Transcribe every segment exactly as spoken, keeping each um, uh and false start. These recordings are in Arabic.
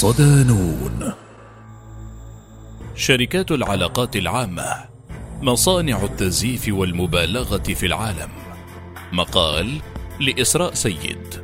صدانون. شركات العلاقات العامة، مصانع التزييف والمبالغة في العالم. مقال لإسراء سيد.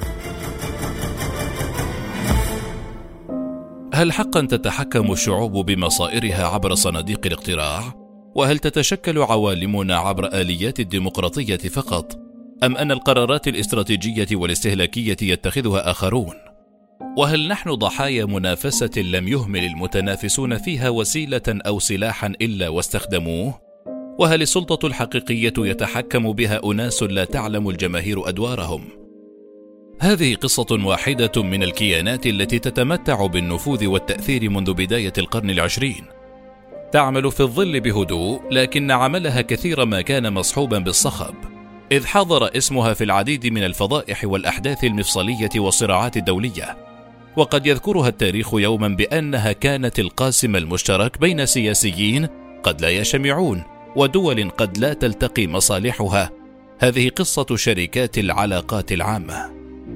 هل حقا تتحكم الشعوب بمصائرها عبر صناديق الاقتراع؟ وهل تتشكل عوالمنا عبر آليات الديمقراطية فقط؟ أم أن القرارات الاستراتيجية والاستهلاكية يتخذها آخرون؟ وهل نحن ضحايا منافسة لم يهمل المتنافسون فيها وسيلة أو سلاحا إلا واستخدموه؟ وهل السلطة الحقيقية يتحكم بها أناس لا تعلم الجماهير أدوارهم؟ هذه قصة واحدة من الكيانات التي تتمتع بالنفوذ والتأثير منذ بداية القرن العشرين. تعمل في الظل بهدوء، لكن عملها كثيرا ما كان مصحوبا بالصخب، إذ حضر اسمها في العديد من الفضائح والأحداث المفصلية والصراعات الدولية. وقد يذكرها التاريخ يوما بأنها كانت القاسم المشترك بين سياسيين قد لا يجتمعون ودول قد لا تلتقي مصالحها. هذه قصة شركات العلاقات العامة.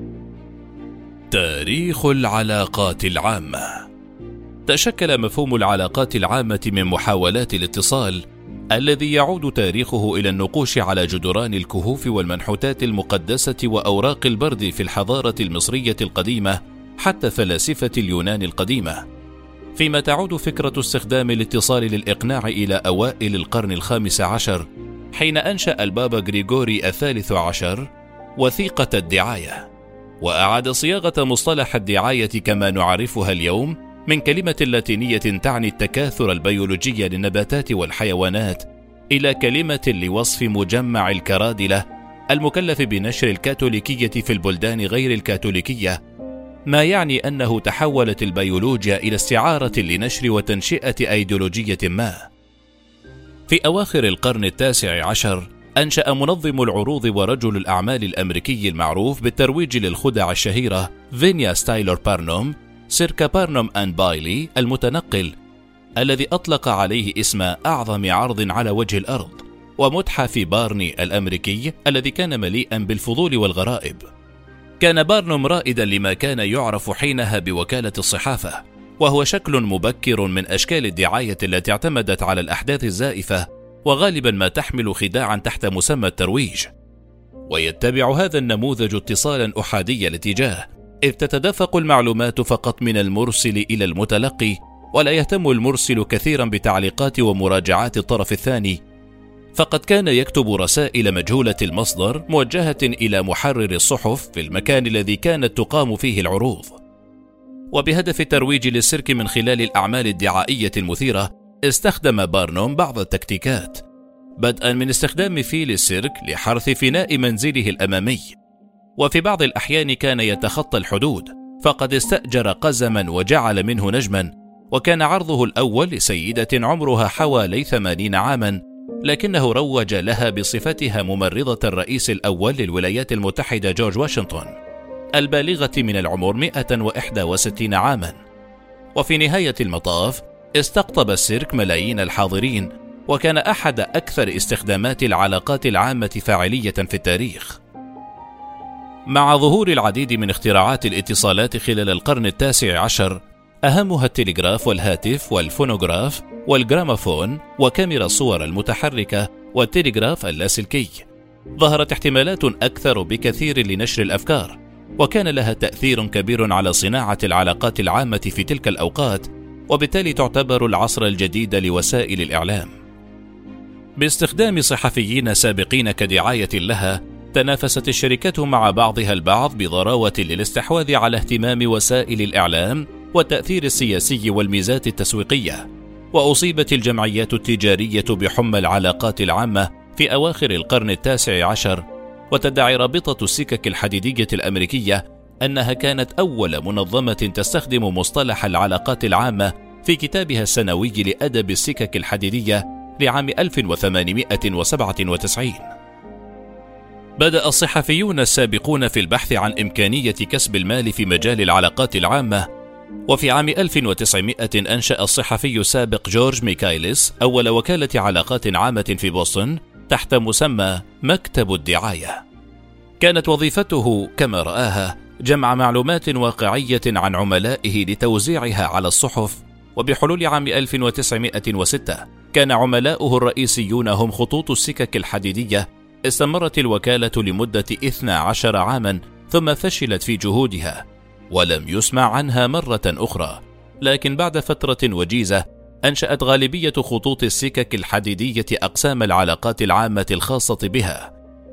تاريخ العلاقات العامة. تشكل مفهوم العلاقات العامة من محاولات الاتصال الذي يعود تاريخه إلى النقوش على جدران الكهوف والمنحوتات المقدسة وأوراق البرد في الحضارة المصرية القديمة حتى فلاسفة اليونان القديمة، فيما تعود فكرة استخدام الاتصال للإقناع إلى أوائل القرن الخامس عشر، حين أنشأ البابا غريغوري الثالث عشر وثيقة الدعاية، وأعاد صياغة مصطلح الدعاية كما نعرفها اليوم من كلمة لاتينية تعني التكاثر البيولوجي للنباتات والحيوانات إلى كلمة لوصف مجمع الكرادلة المكلف بنشر الكاثوليكية في البلدان غير الكاثوليكية، ما يعني أنه تحولت البيولوجيا إلى استعارة لنشر وتنشئة أيديولوجية ما. في أواخر القرن التاسع عشر أنشأ منظم العروض ورجل الأعمال الأمريكي المعروف بالترويج للخدع الشهيرة فينياس تايلور بارنوم سيركا بارنوم أند بايلي المتنقل، الذي أطلق عليه اسم أعظم عرض على وجه الأرض، ومتحف بارني الأمريكي الذي كان مليئا بالفضول والغرائب. كان بارنوم رائدا لما كان يعرف حينها بوكالة الصحافة، وهو شكل مبكر من أشكال الدعاية التي اعتمدت على الأحداث الزائفة وغالبا ما تحمل خداعا تحت مسمى الترويج. ويتبع هذا النموذج اتصالا أحادي الاتجاه، إذ تتدفق المعلومات فقط من المرسل إلى المتلقي، ولا يهتم المرسل كثيرا بتعليقات ومراجعات الطرف الثاني، فقد كان يكتب رسائل مجهولة المصدر موجهة إلى محرر الصحف في المكان الذي كانت تقام فيه العروض. وبهدف الترويج للسيرك من خلال الأعمال الدعائية المثيرة، استخدم بارنوم بعض التكتيكات، بدءا من استخدام فيل السيرك لحرث فناء منزله الأمامي، وفي بعض الأحيان كان يتخطى الحدود، فقد استأجر قزما وجعل منه نجما، وكان عرضه الأول لسيدة عمرها حوالي ثمانين عاما، لكنه روج لها بصفتها ممرضة الرئيس الأول للولايات المتحدة جورج واشنطن البالغة من العمر مئة وإحدى وستين عاما. وفي نهاية المطاف استقطب السيرك ملايين الحاضرين، وكان أحد أكثر استخدامات العلاقات العامة فاعلية في التاريخ. مع ظهور العديد من اختراعات الاتصالات خلال القرن التاسع عشر، أهمها التلغراف والهاتف والفونوغراف والجراموفون وكاميرا الصور المتحركة والتلغراف اللاسلكي، ظهرت احتمالات أكثر بكثير لنشر الأفكار، وكان لها تأثير كبير على صناعة العلاقات العامة في تلك الأوقات، وبالتالي تعتبر العصر الجديد لوسائل الإعلام. باستخدام صحفيين سابقين كدعاية لها، تنافست الشركات مع بعضها البعض بضراوة للاستحواذ على اهتمام وسائل الإعلام والتأثير السياسي والميزات التسويقية. وأصيبت الجمعيات التجارية بحمى العلاقات العامة في أواخر القرن التاسع عشر، وتدعي رابطة السكك الحديدية الأمريكية أنها كانت أول منظمة تستخدم مصطلح العلاقات العامة في كتابها السنوي لأدب السكك الحديدية لعام ألف وثمانمئة وسبعة وتسعين. بدأ الصحفيون السابقون في البحث عن إمكانية كسب المال في مجال العلاقات العامة، وفي عام ألف وتسعمئة أنشأ الصحفي السابق جورج ميكايلس أول وكالة علاقات عامة في بوسطن تحت مسمى مكتب الدعاية. كانت وظيفته كما رآها جمع معلومات واقعية عن عملائه لتوزيعها على الصحف. وبحلول عام ألف وتسعمائة وستة كان عملاؤه الرئيسيون هم خطوط السكك الحديدية. استمرت الوكالة لمدة اثني عشر عاما ثم فشلت في جهودها ولم يسمع عنها مرة أخرى. لكن بعد فترة وجيزة أنشأت غالبية خطوط السكك الحديدية أقسام العلاقات العامة الخاصة بها.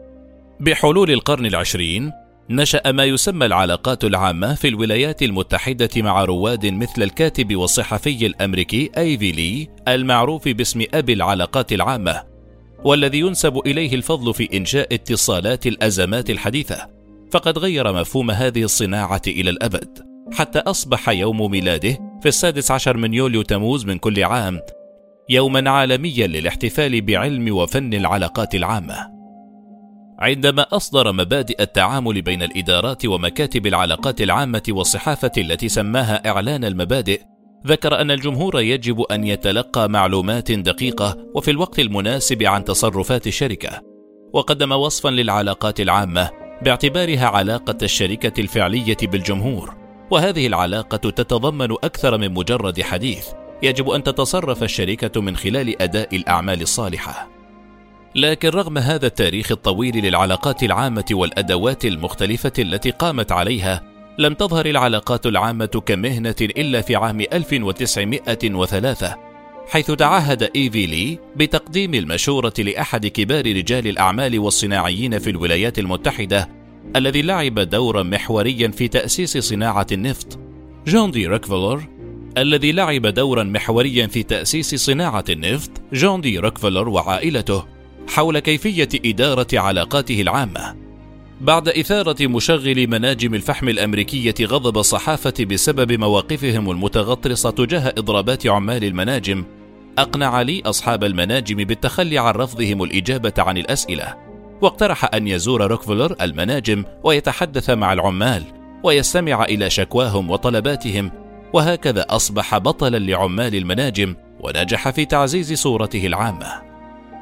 بحلول القرن العشرين نشأ ما يسمى العلاقات العامة في الولايات المتحدة مع رواد مثل الكاتب والصحفي الأمريكي إيفي لي المعروف باسم أبي العلاقات العامة، والذي ينسب إليه الفضل في إنشاء اتصالات الأزمات الحديثة. فقد غير مفهوم هذه الصناعة إلى الأبد، حتى أصبح يوم ميلاده في السادس عشر من يوليو تموز من كل عام يوما عالميا للاحتفال بعلم وفن العلاقات العامة. عندما أصدر مبادئ التعامل بين الإدارات ومكاتب العلاقات العامة والصحافة التي سماها إعلان المبادئ، ذكر أن الجمهور يجب أن يتلقى معلومات دقيقة وفي الوقت المناسب عن تصرفات الشركة. وقدم وصفا للعلاقات العامة باعتبارها علاقة الشركة الفعلية بالجمهور، وهذه العلاقة تتضمن أكثر من مجرد حديث. يجب أن تتصرف الشركة من خلال أداء الأعمال الصالحة. لكن رغم هذا التاريخ الطويل للعلاقات العامة والأدوات المختلفة التي قامت عليها، لم تظهر العلاقات العامة كمهنة إلا في عام ألف وتسعمائة وثلاثة، حيث تعهد إيفي لي بتقديم المشورة لأحد كبار رجال الأعمال والصناعيين في الولايات المتحدة، الذي لعب دورا محوريا في تأسيس صناعة النفط، جون دي روكفيلر. الذي لعب دورا محوريا في تأسيس صناعة النفط جون دي روكفيلر وعائلته حول كيفية إدارة علاقاته العامة. بعد إثارة مشغل مناجم الفحم الأمريكية غضب الصحافة بسبب مواقفهم المتغطرسة تجاه إضرابات عمال المناجم، أقنع لي أصحاب المناجم بالتخلي عن رفضهم الإجابة عن الأسئلة، واقترح أن يزور روكفيلر المناجم ويتحدث مع العمال ويستمع إلى شكواهم وطلباتهم، وهكذا أصبح بطلا لعمال المناجم ونجح في تعزيز صورته العامة.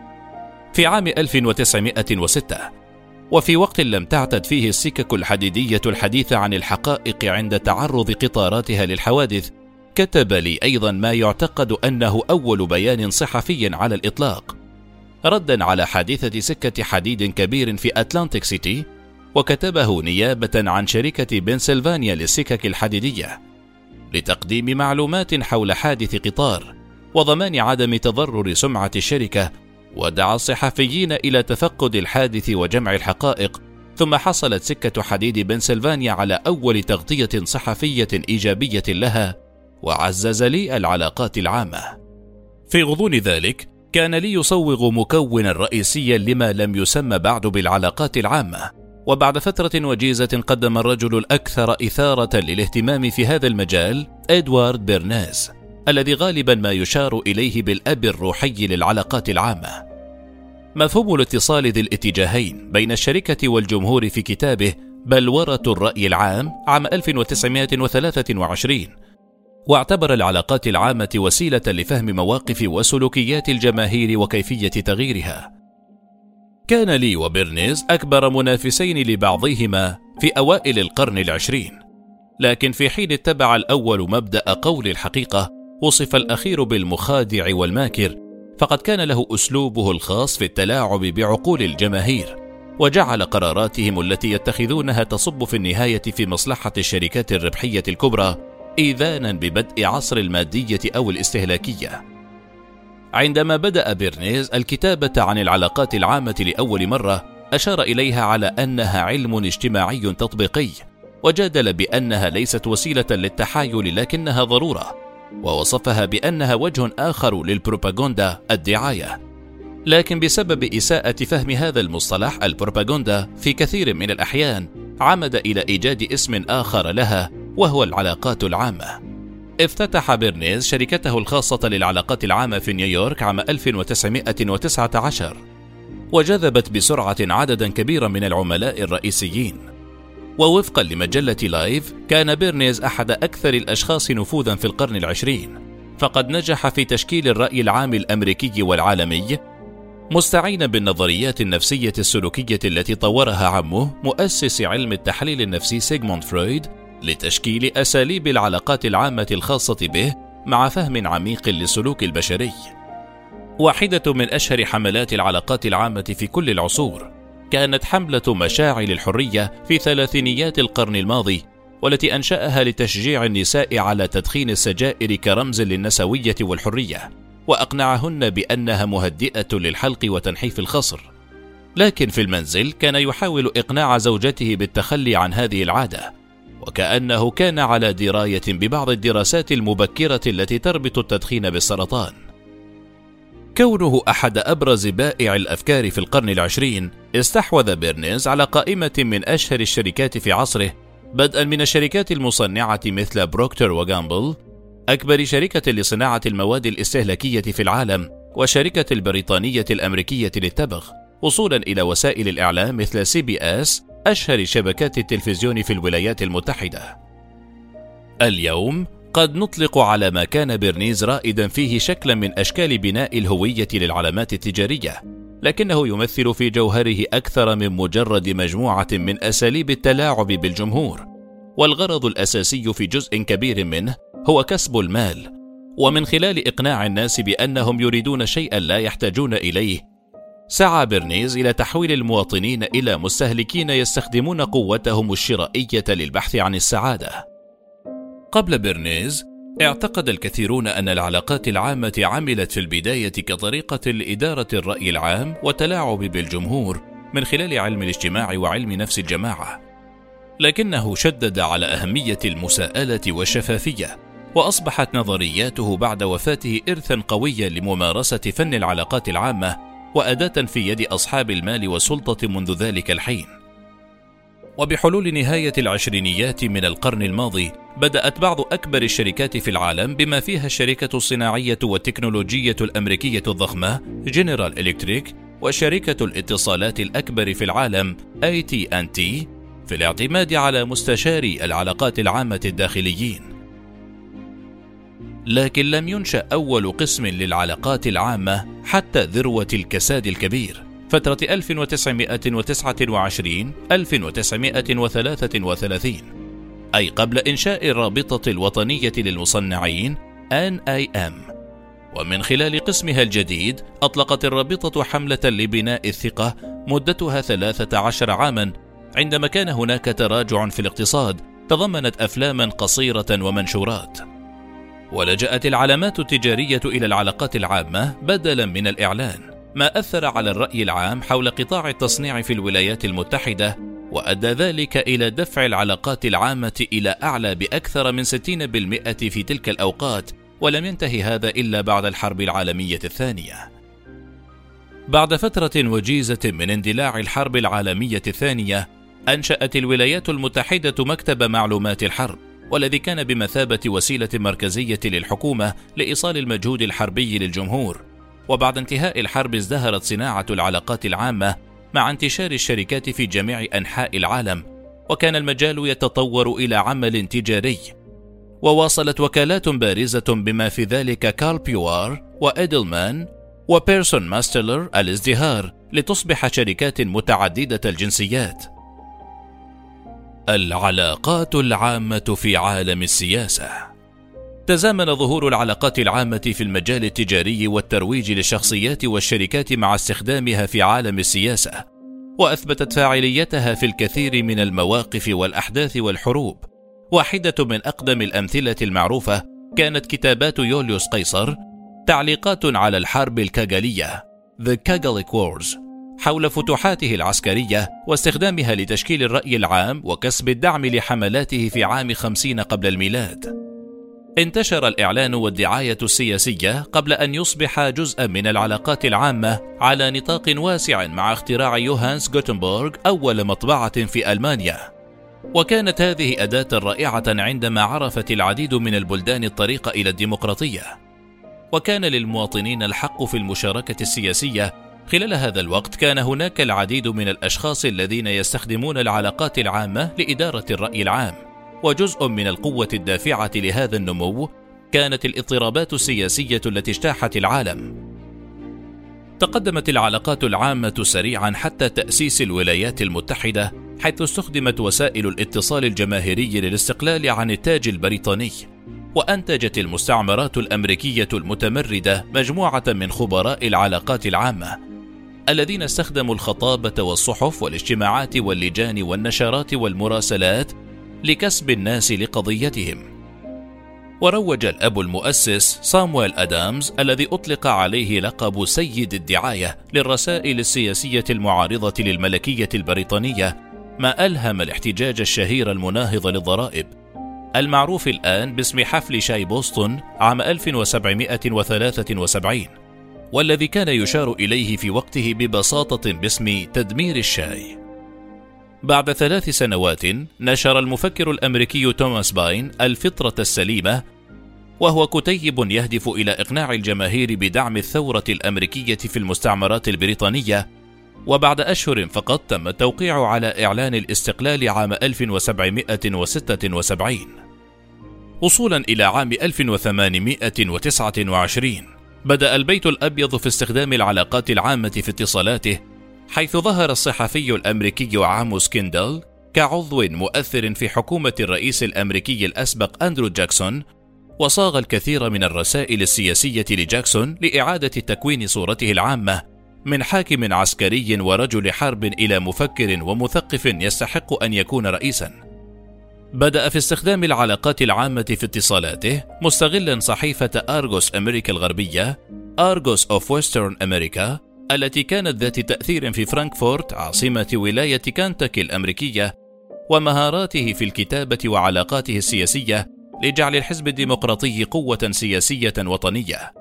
في عام ألف وتسعمائة وستة، وفي وقت لم تعتد فيه السكك الحديدية الحديث عن الحقائق عند تعرض قطاراتها للحوادث، كتب لي أيضا ما يعتقد أنه أول بيان صحفي على الإطلاق، ردا على حادثة سكة حديد كبير في أتلانتيك سيتي، وكتبه نيابة عن شركة بنسلفانيا للسكك الحديدية لتقديم معلومات حول حادث قطار وضمان عدم تضرر سمعة الشركة، ودعا الصحفيين إلى تفقد الحادث وجمع الحقائق. ثم حصلت سكة حديد بنسلفانيا على أول تغطية صحفية إيجابية لها، وعزز لي العلاقات العامة. في غضون ذلك كان لي يصوغ مكونا رئيسيا لما لم يسمى بعد بالعلاقات العامة. وبعد فترة وجيزة قدم الرجل الأكثر إثارة للاهتمام في هذا المجال إدوارد بيرنيز، الذي غالبا ما يشار إليه بالأب الروحي للعلاقات العامة. مفهوم الاتصال ذي الاتجاهين بين الشركة والجمهور في كتابه بلورة الرأي العام عام ألف وتسعمائة وثلاثة وعشرين، واعتبر العلاقات العامة وسيلة لفهم مواقف وسلوكيات الجماهير وكيفية تغييرها. كان لي وبيرنيز أكبر منافسين لبعضهما في أوائل القرن العشرين، لكن في حين اتبع الأول مبدأ قول الحقيقة، وصف الأخير بالمخادع والماكر، فقد كان له أسلوبه الخاص في التلاعب بعقول الجماهير، وجعل قراراتهم التي يتخذونها تصب في النهاية في مصلحة الشركات الربحية الكبرى، إذانا ببدء عصر المادية أو الاستهلاكية. عندما بدأ بيرنيز الكتابة عن العلاقات العامة لأول مرة، أشار إليها على أنها علم اجتماعي تطبيقي، وجادل بأنها ليست وسيلة للتحايل لكنها ضرورة، ووصفها بأنها وجه آخر للبروباغندا الدعاية. لكن بسبب إساءة فهم هذا المصطلح البروباغندا في كثير من الأحيان، عمد إلى إيجاد اسم آخر لها وهو العلاقات العامة. افتتح بيرنيز شركته الخاصة للعلاقات العامة في نيويورك عام ألف وتسعمائة وتسعة عشر، وجذبت بسرعة عددا كبيرا من العملاء الرئيسيين. ووفقا لمجلة لايف، كان بيرنيز أحد أكثر الأشخاص نفوذا في القرن العشرين، فقد نجح في تشكيل الرأي العام الأمريكي والعالمي، مستعينا بالنظريات النفسية السلوكية التي طورها عمه مؤسس علم التحليل النفسي سيغموند فرويد لتشكيل أساليب العلاقات العامة الخاصة به مع فهم عميق للسلوك البشري. واحدة من أشهر حملات العلاقات العامة في كل العصور كانت حملة مشاعل الحرية في ثلاثينيات القرن الماضي، والتي أنشأها لتشجيع النساء على تدخين السجائر كرمز للنسوية والحرية، وأقنعهن بأنها مهدئة للحلق وتنحيف الخصر. لكن في المنزل كان يحاول إقناع زوجته بالتخلي عن هذه العادة، وكأنه كان على دراية ببعض الدراسات المبكرة التي تربط التدخين بالسرطان. كونه أحد أبرز بائع الأفكار في القرن العشرين، استحوذ بيرنيز على قائمة من أشهر الشركات في عصره، بدءا من الشركات المصنعة مثل بروكتر وجامبل، أكبر شركة لصناعة المواد الاستهلاكية في العالم، وشركة البريطانية الأمريكية للتبغ، وصولا إلى وسائل الإعلام مثل سي بي إس، أشهر شبكات التلفزيون في الولايات المتحدة. اليوم قد نطلق على ما كان بيرنيز رائدا فيه شكلا من أشكال بناء الهوية للعلامات التجارية، لكنه يمثل في جوهره أكثر من مجرد مجموعة من أساليب التلاعب بالجمهور، والغرض الأساسي في جزء كبير منه هو كسب المال، ومن خلال إقناع الناس بأنهم يريدون شيئا لا يحتاجون إليه. سعى بيرنيز إلى تحويل المواطنين إلى مستهلكين يستخدمون قوتهم الشرائية للبحث عن السعادة. قبل بيرنيز اعتقد الكثيرون أن العلاقات العامة عملت في البداية كطريقة لإدارة الرأي العام وتلاعب بالجمهور من خلال علم الاجتماع وعلم نفس الجماعة، لكنه شدد على أهمية المساءلة والشفافية، وأصبحت نظرياته بعد وفاته إرثا قويا لممارسة فن العلاقات العامة وأداة في يد أصحاب المال والسلطة منذ ذلك الحين. وبحلول نهاية العشرينيات من القرن الماضي، بدأت بعض أكبر الشركات في العالم بما فيها الشركة الصناعية والتكنولوجية الأمريكية الضخمة جنرال إلكتريك، وشركة الاتصالات الأكبر في العالم إيه تي أند تي، في الاعتماد على مستشاري العلاقات العامة الداخليين. لكن لم ينشأ أول قسم للعلاقات العامة حتى ذروة الكساد الكبير فترة ألف وتسعمائة وتسعة وعشرين إلى ألف وتسعمائة وثلاثة وثلاثين، أي قبل إنشاء الرابطة الوطنية للمصنعين إن إيه إم. ومن خلال قسمها الجديد أطلقت الرابطة حملة لبناء الثقة مدتها ثلاثة عشر عاما، عندما كان هناك تراجع في الاقتصاد تضمنت أفلاما قصيرة ومنشورات. ولجأت العلامات التجارية إلى العلاقات العامة بدلا من الإعلان، ما أثر على الرأي العام حول قطاع التصنيع في الولايات المتحدة، وأدى ذلك إلى دفع العلاقات العامة إلى أعلى بأكثر من ستين بالمئة في تلك الأوقات، ولم ينتهي هذا إلا بعد الحرب العالمية الثانية. بعد فترة وجيزة من اندلاع الحرب العالمية الثانية، أنشأت الولايات المتحدة مكتب معلومات الحرب، والذي كان بمثابة وسيلة مركزية للحكومة لإيصال المجهود الحربي للجمهور. وبعد انتهاء الحرب ازدهرت صناعة العلاقات العامة مع انتشار الشركات في جميع أنحاء العالم، وكان المجال يتطور إلى عمل تجاري. وواصلت وكالات بارزة بما في ذلك كارل بيوار وإيدلمان وبيرسون ماستلر الازدهار لتصبح شركات متعددة الجنسيات. العلاقات العامة في عالم السياسة. تزامن ظهور العلاقات العامة في المجال التجاري والترويج للشخصيات والشركات مع استخدامها في عالم السياسة، وأثبتت فاعليتها في الكثير من المواقف والأحداث والحروب. واحدة من أقدم الأمثلة المعروفة كانت كتابات يوليوس قيصر، تعليقات على الحرب الكاغالية The Kagalic Wars، حول فتوحاته العسكرية واستخدامها لتشكيل الرأي العام وكسب الدعم لحملاته في عام خمسين قبل الميلاد. انتشر الإعلان والدعاية السياسية قبل أن يصبح جزءا من العلاقات العامة على نطاق واسع مع اختراع يوهانس غوتنبرغ أول مطبعة في ألمانيا. وكانت هذه أداة رائعة عندما عرفت العديد من البلدان الطريق إلى الديمقراطية، وكان للمواطنين الحق في المشاركة السياسية. خلال هذا الوقت كان هناك العديد من الأشخاص الذين يستخدمون العلاقات العامة لإدارة الرأي العام، وجزء من القوة الدافعة لهذا النمو كانت الاضطرابات السياسية التي اجتاحت العالم. تقدمت العلاقات العامة سريعا حتى تأسيس الولايات المتحدة، حيث استخدمت وسائل الاتصال الجماهيري للاستقلال عن التاج البريطاني، وأنتجت المستعمرات الأمريكية المتمردة مجموعة من خبراء العلاقات العامة الذين استخدموا الخطابة والصحف والاجتماعات واللجان والنشرات والمراسلات لكسب الناس لقضيتهم. وروج الأب المؤسس صامويل آدامز الذي أطلق عليه لقب سيد الدعاية للرسائل السياسية المعارضة للملكية البريطانية، ما ألهم الاحتجاج الشهير المناهض للضرائب المعروف الآن باسم حفل شاي بوسطن عام ألف وسبعمائة وثلاثة وسبعين، والذي كان يشار إليه في وقته ببساطة باسم تدمير الشاي. بعد ثلاث سنوات نشر المفكر الأمريكي توماس باين الفطرة السليمة، وهو كتيب يهدف إلى إقناع الجماهير بدعم الثورة الأمريكية في المستعمرات البريطانية. وبعد أشهر فقط تم التوقيع على إعلان الاستقلال عام ألف وسبعمائة وستة وسبعين. وصولا إلى عام ألف وثمانمائة وتسعة وعشرين بدأ البيت الأبيض في استخدام العلاقات العامة في اتصالاته، حيث ظهر الصحفي الأمريكي عاموس كيندل كعضو مؤثر في حكومة الرئيس الأمريكي الأسبق أندرو جاكسون، وصاغ الكثير من الرسائل السياسية لجاكسون لإعادة تكوين صورته العامة من حاكم عسكري ورجل حرب إلى مفكر ومثقف يستحق أن يكون رئيسا. بدأ في استخدام العلاقات العامة في اتصالاته، مستغلا صحيفة أرغوس أمريكا الغربية أرغوس أوف ويسترن أمريكا التي كانت ذات تأثير في فرانكفورت عاصمة ولاية كنتاكي الأمريكية، ومهاراته في الكتابة وعلاقاته السياسية لجعل الحزب الديمقراطي قوة سياسية وطنية.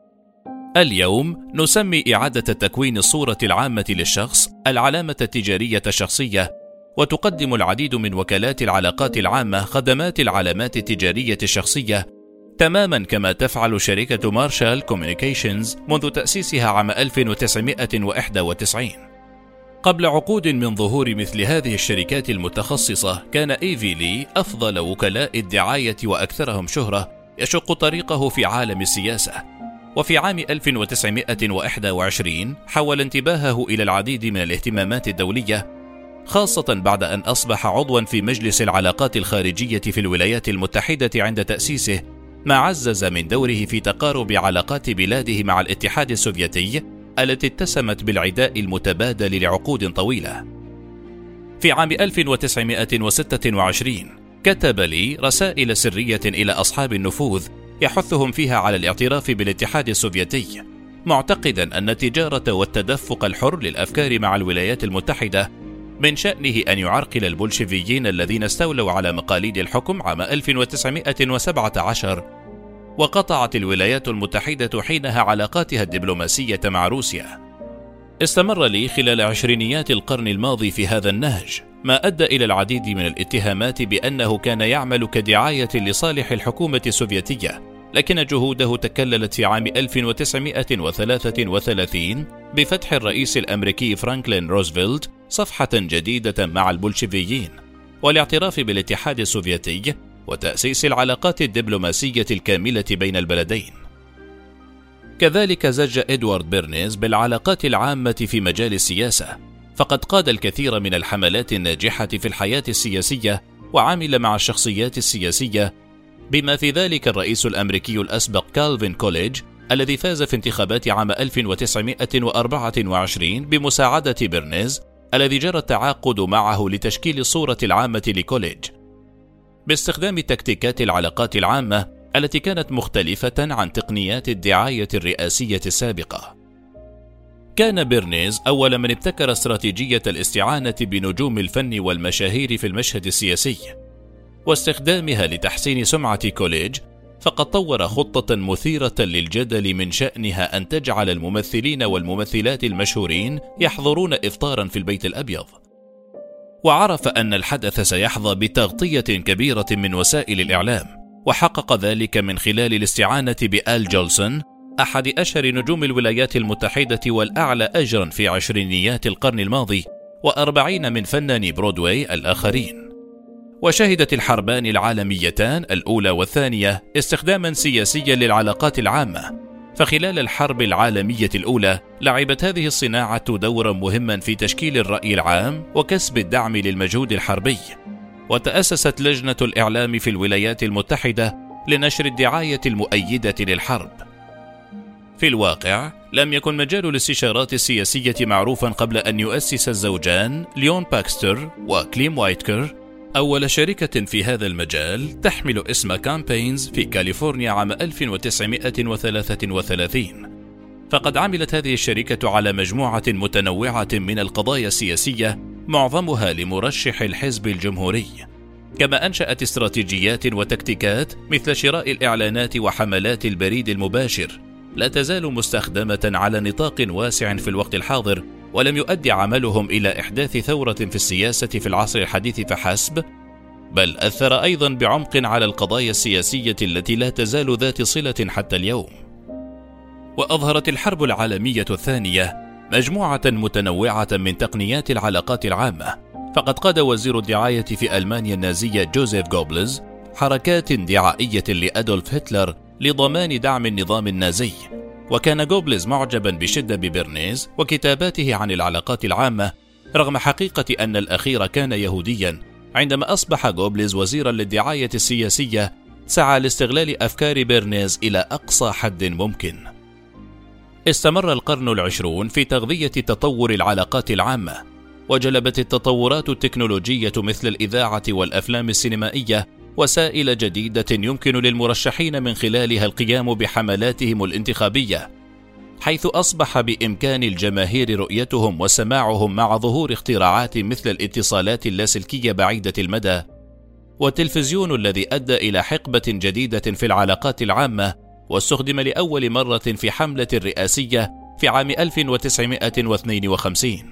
اليوم نسمي إعادة تكوين الصورة العامة للشخص العلامة التجارية الشخصية، وتقدم العديد من وكالات العلاقات العامة خدمات العلامات التجارية الشخصية، تماما كما تفعل شركة مارشال كوميونيكيشنز منذ تأسيسها عام ألف وتسعمائة وواحد وتسعين. قبل عقود من ظهور مثل هذه الشركات المتخصصة، كان إيفي لي أفضل وكلاء الدعاية وأكثرهم شهرة يشق طريقه في عالم السياسة. وفي عام ألف وتسعمائة وواحد وعشرين حول انتباهه إلى العديد من الاهتمامات الدولية، خاصة بعد أن أصبح عضوا في مجلس العلاقات الخارجية في الولايات المتحدة عند تأسيسه، ما عزز من دوره في تقارب علاقات بلاده مع الاتحاد السوفيتي التي اتسمت بالعداء المتبادل لعقود طويلة. في عام ألف وتسعمائة وستة وعشرين كتب لي رسائل سرية إلى أصحاب النفوذ يحثهم فيها على الاعتراف بالاتحاد السوفيتي، معتقدا أن التجارة والتدفق الحر للأفكار مع الولايات المتحدة من شأنه أن يعرقل البولشفيين الذين استولوا على مقاليد الحكم عام ألف وتسعمائة وسبعة عشر. وقطعت الولايات المتحدة حينها علاقاتها الدبلوماسية مع روسيا. استمر لي خلال عشرينيات القرن الماضي في هذا النهج، ما أدى إلى العديد من الاتهامات بأنه كان يعمل كدعاية لصالح الحكومة السوفيتية، لكن جهوده تكللت في عام ألف وتسعمائة وثلاثة وثلاثين بفتح الرئيس الأمريكي فرانكلين روزفلت صفحة جديدة مع البولشفيين والاعتراف بالاتحاد السوفيتي وتأسيس العلاقات الدبلوماسية الكاملة بين البلدين. كذلك زج إدوارد بيرنز بالعلاقات العامة في مجال السياسة، فقد قاد الكثير من الحملات الناجحة في الحياة السياسية وعمل مع الشخصيات السياسية، بما في ذلك الرئيس الأمريكي الأسبق كالفين كوليدج الذي فاز في انتخابات عام ألف وتسعمائة وأربعة وعشرين بمساعدة بيرنز الذي جرى التعاقد معه لتشكيل الصورة العامة لكوليدج باستخدام تكتيكات العلاقات العامة التي كانت مختلفة عن تقنيات الدعاية الرئاسية السابقة. كان بيرنز أول من ابتكر استراتيجية الاستعانة بنجوم الفن والمشاهير في المشهد السياسي واستخدامها لتحسين سمعة كوليدج، فقد طور خطة مثيرة للجدل من شأنها أن تجعل الممثلين والممثلات المشهورين يحضرون إفطارا في البيت الأبيض. وعرف أن الحدث سيحظى بتغطية كبيرة من وسائل الإعلام، وحقق ذلك من خلال الاستعانة بآل جولسون أحد أشهر نجوم الولايات المتحدة والأعلى أجرا في عشرينيات القرن الماضي، وأربعين من فنان برودواي الآخرين. وشهدت الحربان العالميتان الأولى والثانية استخداما سياسيا للعلاقات العامة، فخلال الحرب العالمية الأولى لعبت هذه الصناعة دورا مهما في تشكيل الرأي العام وكسب الدعم للمجهود الحربي. وتأسست لجنة الإعلام في الولايات المتحدة لنشر الدعاية المؤيدة للحرب. في الواقع لم يكن مجال الاستشارات السياسية معروفا قبل أن يؤسس الزوجان ليون باكستر وكليم وايتكر أول شركة في هذا المجال تحمل اسم كامبينز في كاليفورنيا عام ألف وتسعمائة وثلاثة وثلاثين. فقد عملت هذه الشركة على مجموعة متنوعة من القضايا السياسية معظمها لمرشح الحزب الجمهوري، كما أنشأت استراتيجيات وتكتيكات مثل شراء الإعلانات وحملات البريد المباشر لا تزال مستخدمة على نطاق واسع في الوقت الحاضر، ولم يؤدي عملهم إلى إحداث ثورة في السياسة في العصر الحديث فحسب، بل أثر أيضا بعمق على القضايا السياسية التي لا تزال ذات صلة حتى اليوم. وأظهرت الحرب العالمية الثانية مجموعة متنوعة من تقنيات العلاقات العامة، فقد قاد وزير الدعاية في ألمانيا النازية جوزيف غوبلز حركات دعائية لأدولف هتلر لضمان دعم النظام النازي. وكان غوبلز معجبا بشدة ببرنيز وكتاباته عن العلاقات العامة، رغم حقيقة أن الأخير كان يهوديا. عندما أصبح غوبلز وزيرا للدعاية السياسية سعى لاستغلال أفكار برنيز إلى أقصى حد ممكن. استمر القرن العشرون في تغذية تطور العلاقات العامة، وجلبت التطورات التكنولوجية مثل الإذاعة والأفلام السينمائية وسائل جديدة يمكن للمرشحين من خلالها القيام بحملاتهم الانتخابية، حيث أصبح بإمكان الجماهير رؤيتهم وسماعهم مع ظهور اختراعات مثل الاتصالات اللاسلكية بعيدة المدى، والتلفزيون الذي أدى إلى حقبة جديدة في العلاقات العامة، واستخدم لأول مرة في حملة رئاسية في عام ألف وتسعمائة واثنين وخمسين.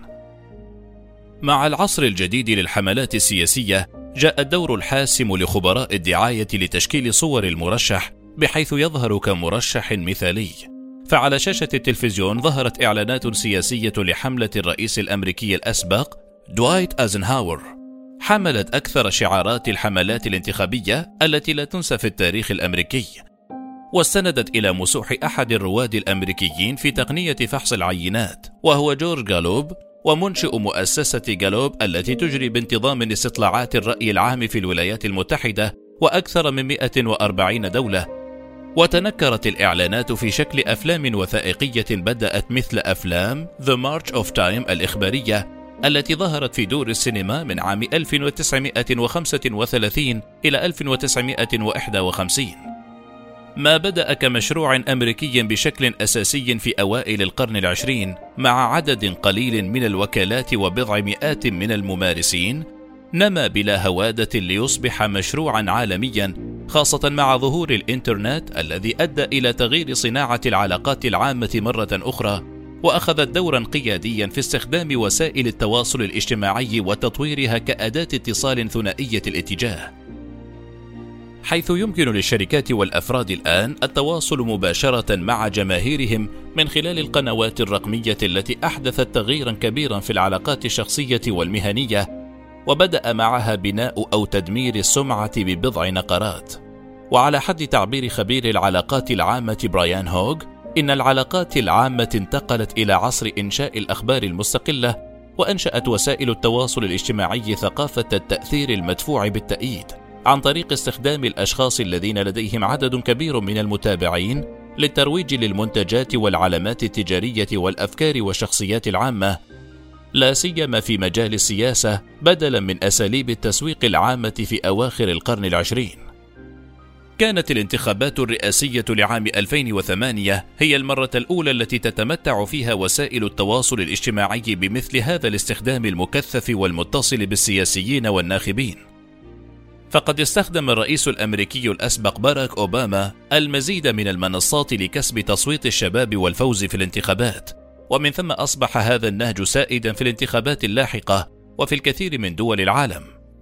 مع العصر الجديد للحملات السياسية جاء الدور الحاسم لخبراء الدعاية لتشكيل صور المرشح بحيث يظهر كمرشح مثالي. فعلى شاشة التلفزيون ظهرت إعلانات سياسية لحملة الرئيس الأمريكي الأسبق دوايت أيزنهاور، حملت أكثر شعارات الحملات الانتخابية التي لا تنسى في التاريخ الأمريكي، واستندت إلى مسوح أحد الرواد الأمريكيين في تقنية فحص العينات، وهو جورج جالوب، ومنشئ مؤسسة جالوب التي تجري بانتظام استطلاعات الرأي العام في الولايات المتحدة وأكثر من مئة وأربعين دولة. وتنكرت الإعلانات في شكل أفلام وثائقية بدأت مثل أفلام The March of Time الإخبارية التي ظهرت في دور السينما من عام ألف وتسعمائة وخمسة وثلاثين إلى ألف وتسعمائة وواحد وخمسين. ما بدأ كمشروع أمريكي بشكل أساسي في أوائل القرن العشرين مع عدد قليل من الوكالات وبضع مئات من الممارسين، نما بلا هوادة ليصبح مشروعا عالميا، خاصة مع ظهور الإنترنت الذي أدى إلى تغيير صناعة العلاقات العامة مرة أخرى، وأخذت دورا قياديا في استخدام وسائل التواصل الاجتماعي وتطويرها كأداة اتصال ثنائية الاتجاه، حيث يمكن للشركات والأفراد الآن التواصل مباشرة مع جماهيرهم من خلال القنوات الرقمية التي أحدثت تغييرا كبيرا في العلاقات الشخصية والمهنية، وبدأ معها بناء أو تدمير السمعة ببضع نقرات. وعلى حد تعبير خبير العلاقات العامة برايان هوغ، إن العلاقات العامة انتقلت إلى عصر إنشاء الأخبار المستقلة، وأنشأت وسائل التواصل الاجتماعي ثقافة التأثير المدفوع بالتأييد عن طريق استخدام الأشخاص الذين لديهم عدد كبير من المتابعين للترويج للمنتجات والعلامات التجارية والأفكار والشخصيات العامة، لا سيما في مجال السياسة، بدلا من أساليب التسويق العامة في أواخر القرن العشرين. كانت الانتخابات الرئاسية لعام ألفين وثمانية هي المرة الأولى التي تتمتع فيها وسائل التواصل الاجتماعي بمثل هذا الاستخدام المكثف والمتصل بالسياسيين والناخبين. فقد استخدم الرئيس الأمريكي الأسبق باراك أوباما المزيد من المنصات لكسب تصويت الشباب والفوز في الانتخابات، ومن ثم أصبح هذا النهج سائدا في الانتخابات اللاحقة وفي الكثير من دول العالم.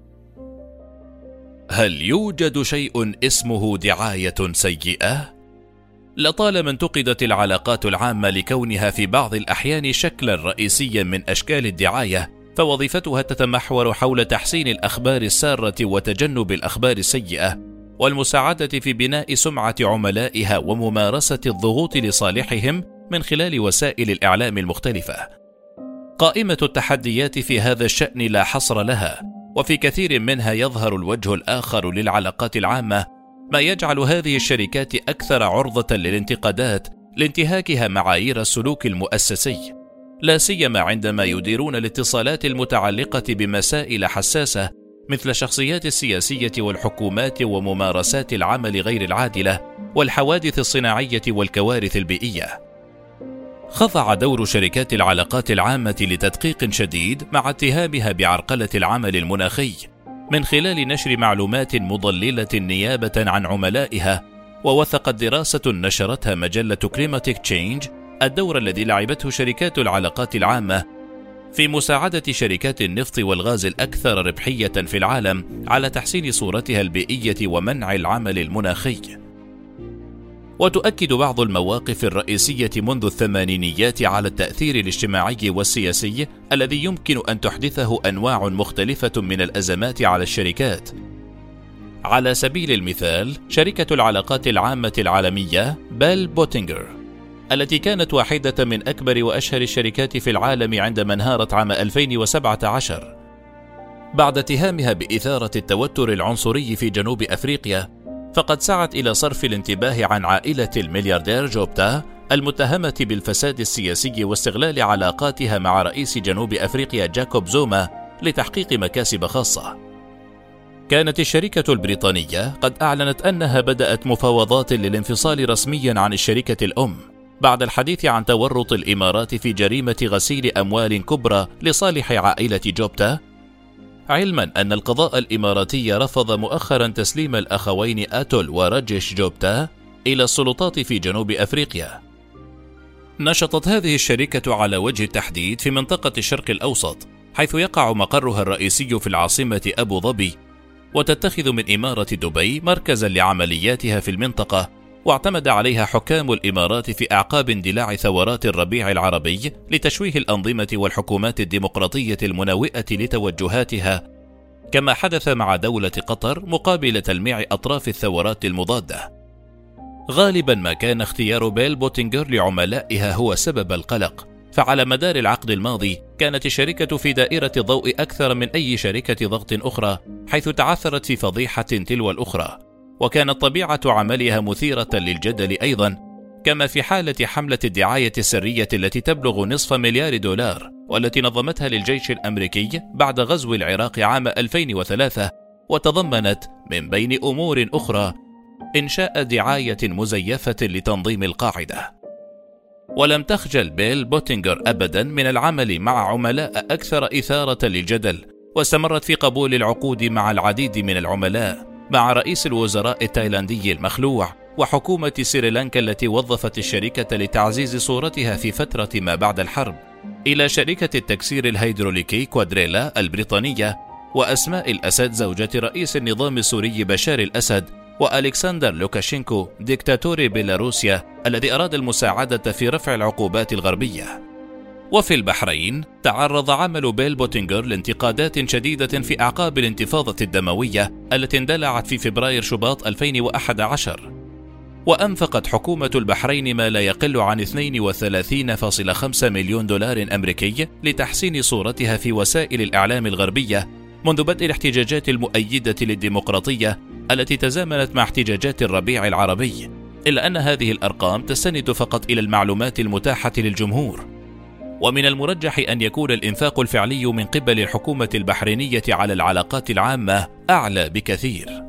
هل يوجد شيء اسمه دعاية سيئة؟ لطالما انتقدت العلاقات العامة لكونها في بعض الأحيان شكلا رئيسيا من أشكال الدعاية، فوظيفتها تتمحور حول تحسين الأخبار السارة وتجنب الأخبار السيئة، والمساعدة في بناء سمعة عملائها وممارسة الضغوط لصالحهم من خلال وسائل الإعلام المختلفة. قائمة التحديات في هذا الشأن لا حصر لها، وفي كثير منها يظهر الوجه الآخر للعلاقات العامة، ما يجعل هذه الشركات أكثر عرضة للانتقادات لانتهاكها معايير السلوك المؤسسي، لا سيما عندما يديرون الاتصالات المتعلقة بمسائل حساسة مثل الشخصيات السياسية والحكومات وممارسات العمل غير العادلة والحوادث الصناعية والكوارث البيئية. خضع دور شركات العلاقات العامة لتدقيق شديد مع اتهامها بعرقلة العمل المناخي من خلال نشر معلومات مضللة نيابة عن عملائها. ووثقت دراسة نشرتها مجلة كليماتيك تشينج الدور الذي لعبته شركات العلاقات العامة في مساعدة شركات النفط والغاز الأكثر ربحية في العالم على تحسين صورتها البيئية ومنع العمل المناخي. وتؤكد بعض المواقف الرئيسية منذ الثمانينيات على التأثير الاجتماعي والسياسي الذي يمكن أن تحدثه أنواع مختلفة من الأزمات على الشركات. على سبيل المثال، شركة العلاقات العامة العالمية بيل بوتينغر، التي كانت واحدة من أكبر وأشهر الشركات في العالم عندما انهارت عام ألفين وسبعة عشر بعد اتهامها بإثارة التوتر العنصري في جنوب أفريقيا، فقد سعت إلى صرف الانتباه عن عائلة الملياردير جوبتا المتهمة بالفساد السياسي واستغلال علاقاتها مع رئيس جنوب أفريقيا جاكوب زوما لتحقيق مكاسب خاصة. كانت الشركة البريطانية قد أعلنت أنها بدأت مفاوضات للانفصال رسميا عن الشركة الأم بعد الحديث عن تورط الإمارات في جريمة غسيل أموال كبرى لصالح عائلة جوبتا، علما أن القضاء الإماراتي رفض مؤخرا تسليم الأخوين آتول ورجش جوبتا إلى السلطات في جنوب أفريقيا. نشطت هذه الشركة على وجه التحديد في منطقة الشرق الأوسط، حيث يقع مقرها الرئيسي في العاصمة أبو ظبي، وتتخذ من إمارة دبي مركزا لعملياتها في المنطقة. واعتمد عليها حكام الإمارات في أعقاب اندلاع ثورات الربيع العربي لتشويه الأنظمة والحكومات الديمقراطية المناوئة لتوجهاتها، كما حدث مع دولة قطر مقابل تلميع أطراف الثورات المضادة. غالبا ما كان اختيار بيل بوتينغر لعملائها هو سبب القلق، فعلى مدار العقد الماضي كانت الشركة في دائرة ضوء أكثر من أي شركة ضغط أخرى، حيث تعثرت في فضيحة تلو الأخرى، وكانت طبيعة عملها مثيرة للجدل أيضا، كما في حالة حملة الدعاية السرية التي تبلغ نصف مليار دولار والتي نظمتها للجيش الأمريكي بعد غزو العراق عام ألفين وثلاثة، وتضمنت من بين أمور أخرى إنشاء دعاية مزيفة لتنظيم القاعدة. ولم تخجل بيل بوتينغر أبدا من العمل مع عملاء أكثر إثارة للجدل، واستمرت في قبول العقود مع العديد من العملاء، مع رئيس الوزراء التايلاندي المخلوع وحكومة سريلانكا التي وظفت الشركة لتعزيز صورتها في فترة ما بعد الحرب، إلى شركة التكسير الهيدروليكي كوادريلا البريطانية، وأسماء الأسد زوجة رئيس النظام السوري بشار الأسد، وألكسندر لوكاشينكو ديكتاتور بيلاروسيا الذي أراد المساعدة في رفع العقوبات الغربية. وفي البحرين تعرض عمل بيل بوتينغر لانتقادات شديدة في أعقاب الانتفاضة الدموية التي اندلعت في فبراير شباط ألفين وأحد عشر، وأنفقت حكومة البحرين ما لا يقل عن اثنين وثلاثين فاصلة خمسة مليون دولار أمريكي لتحسين صورتها في وسائل الإعلام الغربية منذ بدء الاحتجاجات المؤيدة للديمقراطية التي تزامنت مع احتجاجات الربيع العربي، إلا أن هذه الأرقام تستند فقط إلى المعلومات المتاحة للجمهور. ومن المرجح أن يكون الإنفاق الفعلي من قبل الحكومة البحرينية على العلاقات العامة أعلى بكثير.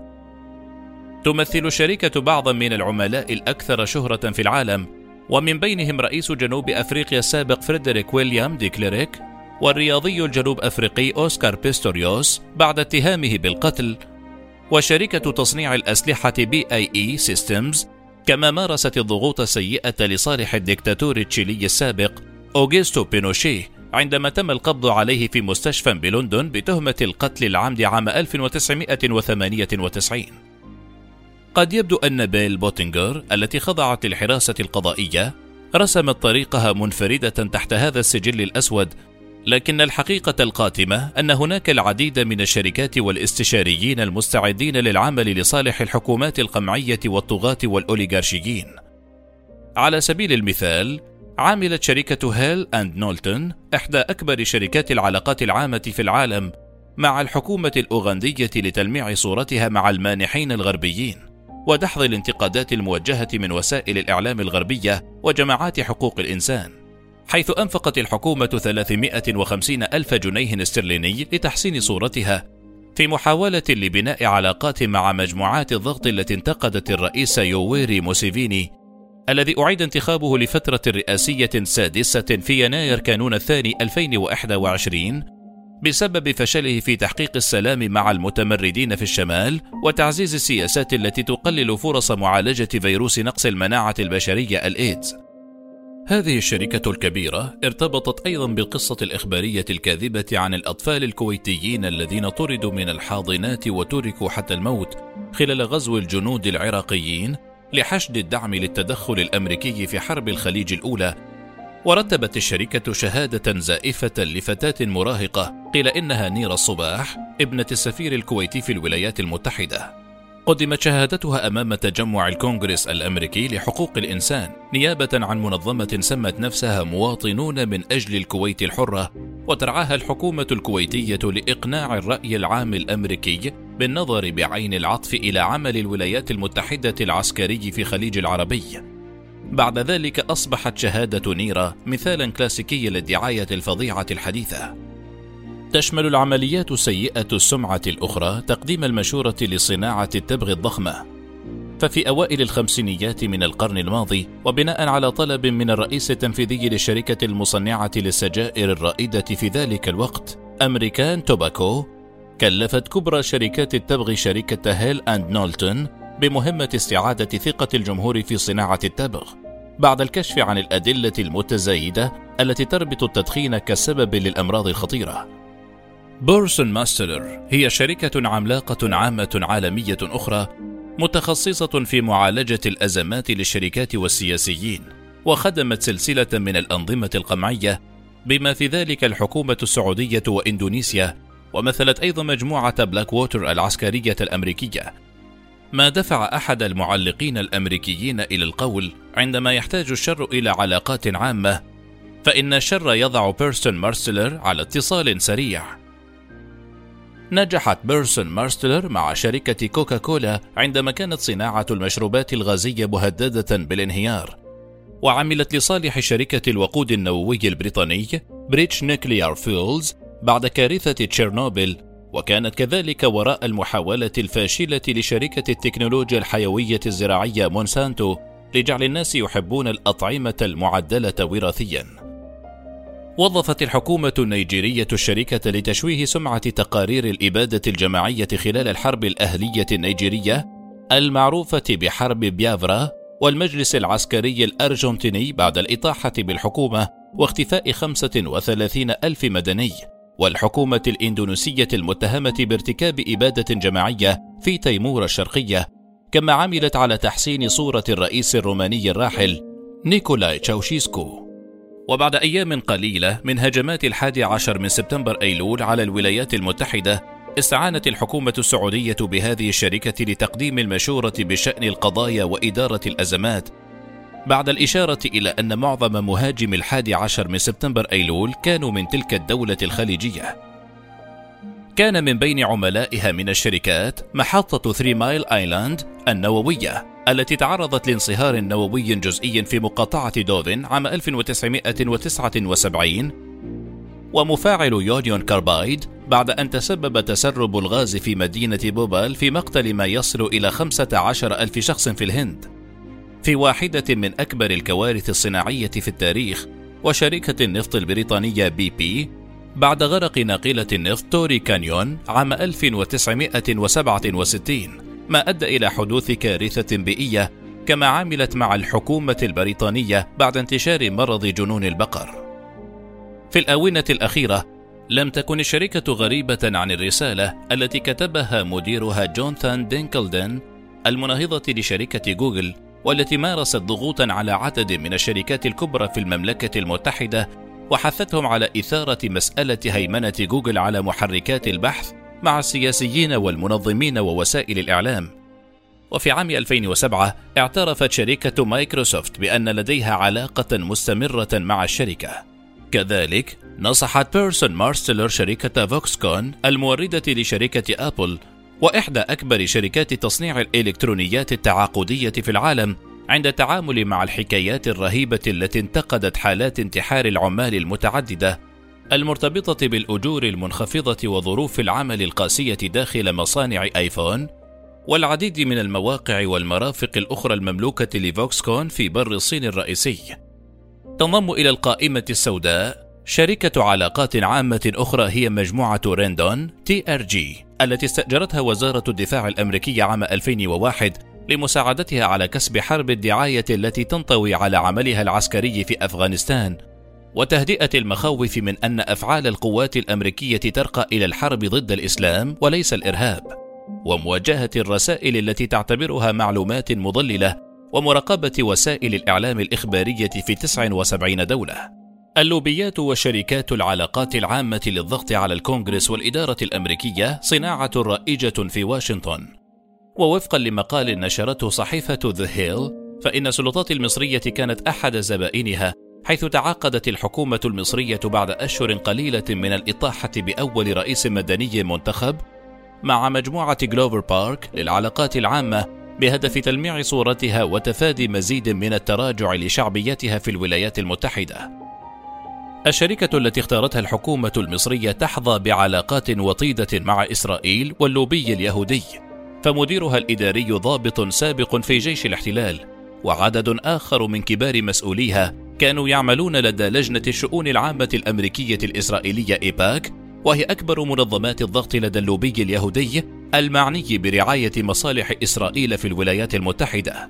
تمثل الشركة بعضا من العملاء الأكثر شهرة في العالم، ومن بينهم رئيس جنوب أفريقيا السابق فريدريك ويليام دي كليريك، والرياضي الجنوب أفريقي أوسكار بيستوريوس بعد اتهامه بالقتل، وشركة تصنيع الأسلحة بي آي إي سيستمز، كما مارست الضغوط السيئة لصالح الدكتاتور التشيلي السابق أوغسطو بينوشيه عندما تم القبض عليه في مستشفى بلندن بتهمة القتل العمد عام ألف وتسعمائة وثمانية وتسعين. قد يبدو أن بيل بوتينغر التي خضعت للحراسة القضائية رسمت طريقها منفردة تحت هذا السجل الأسود، لكن الحقيقة القاتمة أن هناك العديد من الشركات والاستشاريين المستعدين للعمل لصالح الحكومات القمعية والطغاة والأوليغارشيين. على سبيل المثال، عملت شركة هيل أند نولتون، إحدى أكبر شركات العلاقات العامة في العالم، مع الحكومة الأوغندية لتلميع صورتها مع المانحين الغربيين ودحض الانتقادات الموجهة من وسائل الإعلام الغربية وجماعات حقوق الإنسان، حيث أنفقت الحكومة ثلاثمائة وخمسين ألف جنيه استرليني لتحسين صورتها في محاولة لبناء علاقات مع مجموعات الضغط التي انتقدت الرئيس يوويري موسيفيني الذي أعيد انتخابه لفترة رئاسية سادسة في يناير كانون الثاني ألفين وإحدى وعشرين بسبب فشله في تحقيق السلام مع المتمردين في الشمال وتعزيز السياسات التي تقلل فرص معالجة فيروس نقص المناعة البشرية الإيدز. هذه الشركة الكبيرة ارتبطت أيضا بالقصة الإخبارية الكاذبة عن الأطفال الكويتيين الذين طردوا من الحاضنات وتركوا حتى الموت خلال غزو الجنود العراقيين لحشد الدعم للتدخل الأمريكي في حرب الخليج الأولى. ورتبت الشركة شهادة زائفة لفتاة مراهقة قيل إنها نيرة الصباح ابنة السفير الكويتي في الولايات المتحدة. قدمت شهادتها أمام تجمع الكونغرس الأمريكي لحقوق الإنسان نيابة عن منظمة سمت نفسها مواطنون من أجل الكويت الحرة، وترعاها الحكومة الكويتية لإقناع الرأي العام الأمريكي بالنظر بعين العطف إلى عمل الولايات المتحدة العسكري في خليج العربي. بعد ذلك أصبحت شهادة نيرة مثالا كلاسيكيا للدعاية الفظيعة الحديثة. تشمل العمليات السيئة السمعة الأخرى تقديم المشورة لصناعة التبغ الضخمة. ففي أوائل الخمسينيات من القرن الماضي، وبناء على طلب من الرئيس التنفيذي للشركة المصنعة للسجائر الرائدة في ذلك الوقت أمريكان توباكو، كلفت كبرى شركات التبغ شركة هيل أند نولتون بمهمة استعادة ثقة الجمهور في صناعة التبغ بعد الكشف عن الأدلة المتزايدة التي تربط التدخين كسبب للأمراض الخطيرة. بورسون ماستلر هي شركة عملاقة عامة عالمية أخرى متخصصة في معالجة الأزمات للشركات والسياسيين، وخدمت سلسلة من الأنظمة القمعية بما في ذلك الحكومة السعودية وإندونيسيا، ومثلت أيضا مجموعة بلاك ووتر العسكرية الأمريكية. ما دفع أحد المعلقين الأمريكيين إلى القول: عندما يحتاج الشر إلى علاقات عامة فإن الشر يضع بيرسون مارستلر على اتصال سريع. نجحت بيرسون مارستلر مع شركة كوكا كولا عندما كانت صناعة المشروبات الغازية مهددة بالانهيار، وعملت لصالح شركة الوقود النووي البريطاني بريتش نيكليار فيولز بعد كارثة تشيرنوبل، وكانت كذلك وراء المحاولة الفاشلة لشركة التكنولوجيا الحيوية الزراعية مونسانتو لجعل الناس يحبون الأطعمة المعدلة وراثيا. وظفت الحكومة النيجيرية الشركة لتشويه سمعة تقارير الإبادة الجماعية خلال الحرب الأهلية النيجيرية المعروفة بحرب بيافرا، والمجلس العسكري الأرجنتيني بعد الإطاحة بالحكومة واختفاء خمسة وثلاثين ألف مدني، والحكومة الإندونيسية المتهمة بارتكاب إبادة جماعية في تيمور الشرقية، كما عملت على تحسين صورة الرئيس الروماني الراحل نيكولاي تشاوشيسكو. وبعد أيام قليلة من هجمات الحادي عشر من سبتمبر أيلول على الولايات المتحدة، استعانت الحكومة السعودية بهذه الشركة لتقديم المشورة بشأن القضايا وإدارة الأزمات، بعد الإشارة إلى أن معظم مهاجم الحادي عشر من سبتمبر أيلول كانوا من تلك الدولة الخليجية. كان من بين عملائها من الشركات محطة ثري مايل آيلاند النووية التي تعرضت لانصهار نووي جزئي في مقاطعة دوفن عام ألف وتسعمائة وتسعة وسبعين، ومفاعل يونيون كاربايد بعد أن تسبب تسرب الغاز في مدينة بوبال في مقتل ما يصل إلى خمسة عشر ألف شخص في الهند، في واحدة من أكبر الكوارث الصناعية في التاريخ. وشركة النفط البريطانية بي بي بعد غرق ناقلة النفط توري كانيون عام ألف وتسعمائة وسبعة وستين، ما أدى إلى حدوث كارثة بيئية، كما عملت مع الحكومة البريطانية بعد انتشار مرض جنون البقر. في الآونة الأخيرة لم تكن الشركة غريبة عن الرسالة التي كتبها مديرها جوناثان دينكلدن المناهضة لشركة جوجل، والتي مارست ضغوطا على عدد من الشركات الكبرى في المملكة المتحدة وحثتهم على إثارة مسألة هيمنة جوجل على محركات البحث مع السياسيين والمنظمين ووسائل الإعلام. وفي عام ألفين وسبعة اعترفت شركة مايكروسوفت بأن لديها علاقة مستمرة مع الشركة. كذلك نصحت بيرسون مارستلر شركة فوكسكون الموردة لشركة أبل وإحدى أكبر شركات تصنيع الإلكترونيات التعاقدية في العالم عند التعامل مع الحكايات الرهيبة التي انتقدت حالات انتحار العمال المتعددة المرتبطة بالأجور المنخفضة وظروف العمل القاسية داخل مصانع آيفون والعديد من المواقع والمرافق الأخرى المملوكة لفوكسكون في بر الصين الرئيسي. تنضم إلى القائمة السوداء شركة علاقات عامة أخرى هي مجموعة ريندون تي آر جي التي استأجرتها وزارة الدفاع الأمريكية عام ألفين وواحد لمساعدتها على كسب حرب الدعاية التي تنطوي على عملها العسكري في أفغانستان وتهدئة المخاوف من أن أفعال القوات الأمريكية ترقى إلى الحرب ضد الإسلام وليس الإرهاب، ومواجهة الرسائل التي تعتبرها معلومات مضللة ومراقبة وسائل الإعلام الإخبارية في تسع وسبعين دولة. اللوبيات وشركات العلاقات العامة للضغط على الكونغرس والإدارة الأمريكية صناعة رائجة في واشنطن. ووفقا لمقال نشرته صحيفة ذا هيل، فإن السلطات المصرية كانت أحد زبائنها، حيث تعاقدت الحكومة المصرية بعد أشهر قليلة من الإطاحة بأول رئيس مدني منتخب مع مجموعة جلوفر بارك للعلاقات العامة بهدف تلميع صورتها وتفادي مزيد من التراجع لشعبيتها في الولايات المتحدة. الشركة التي اختارتها الحكومة المصرية تحظى بعلاقات وطيدة مع إسرائيل واللوبي اليهودي، فمديرها الإداري ضابط سابق في جيش الاحتلال، وعدد آخر من كبار مسؤوليها كانوا يعملون لدى لجنة الشؤون العامة الأمريكية الإسرائيلية إيباك، وهي أكبر منظمات الضغط لدى اللوبي اليهودي المعني برعاية مصالح إسرائيل في الولايات المتحدة.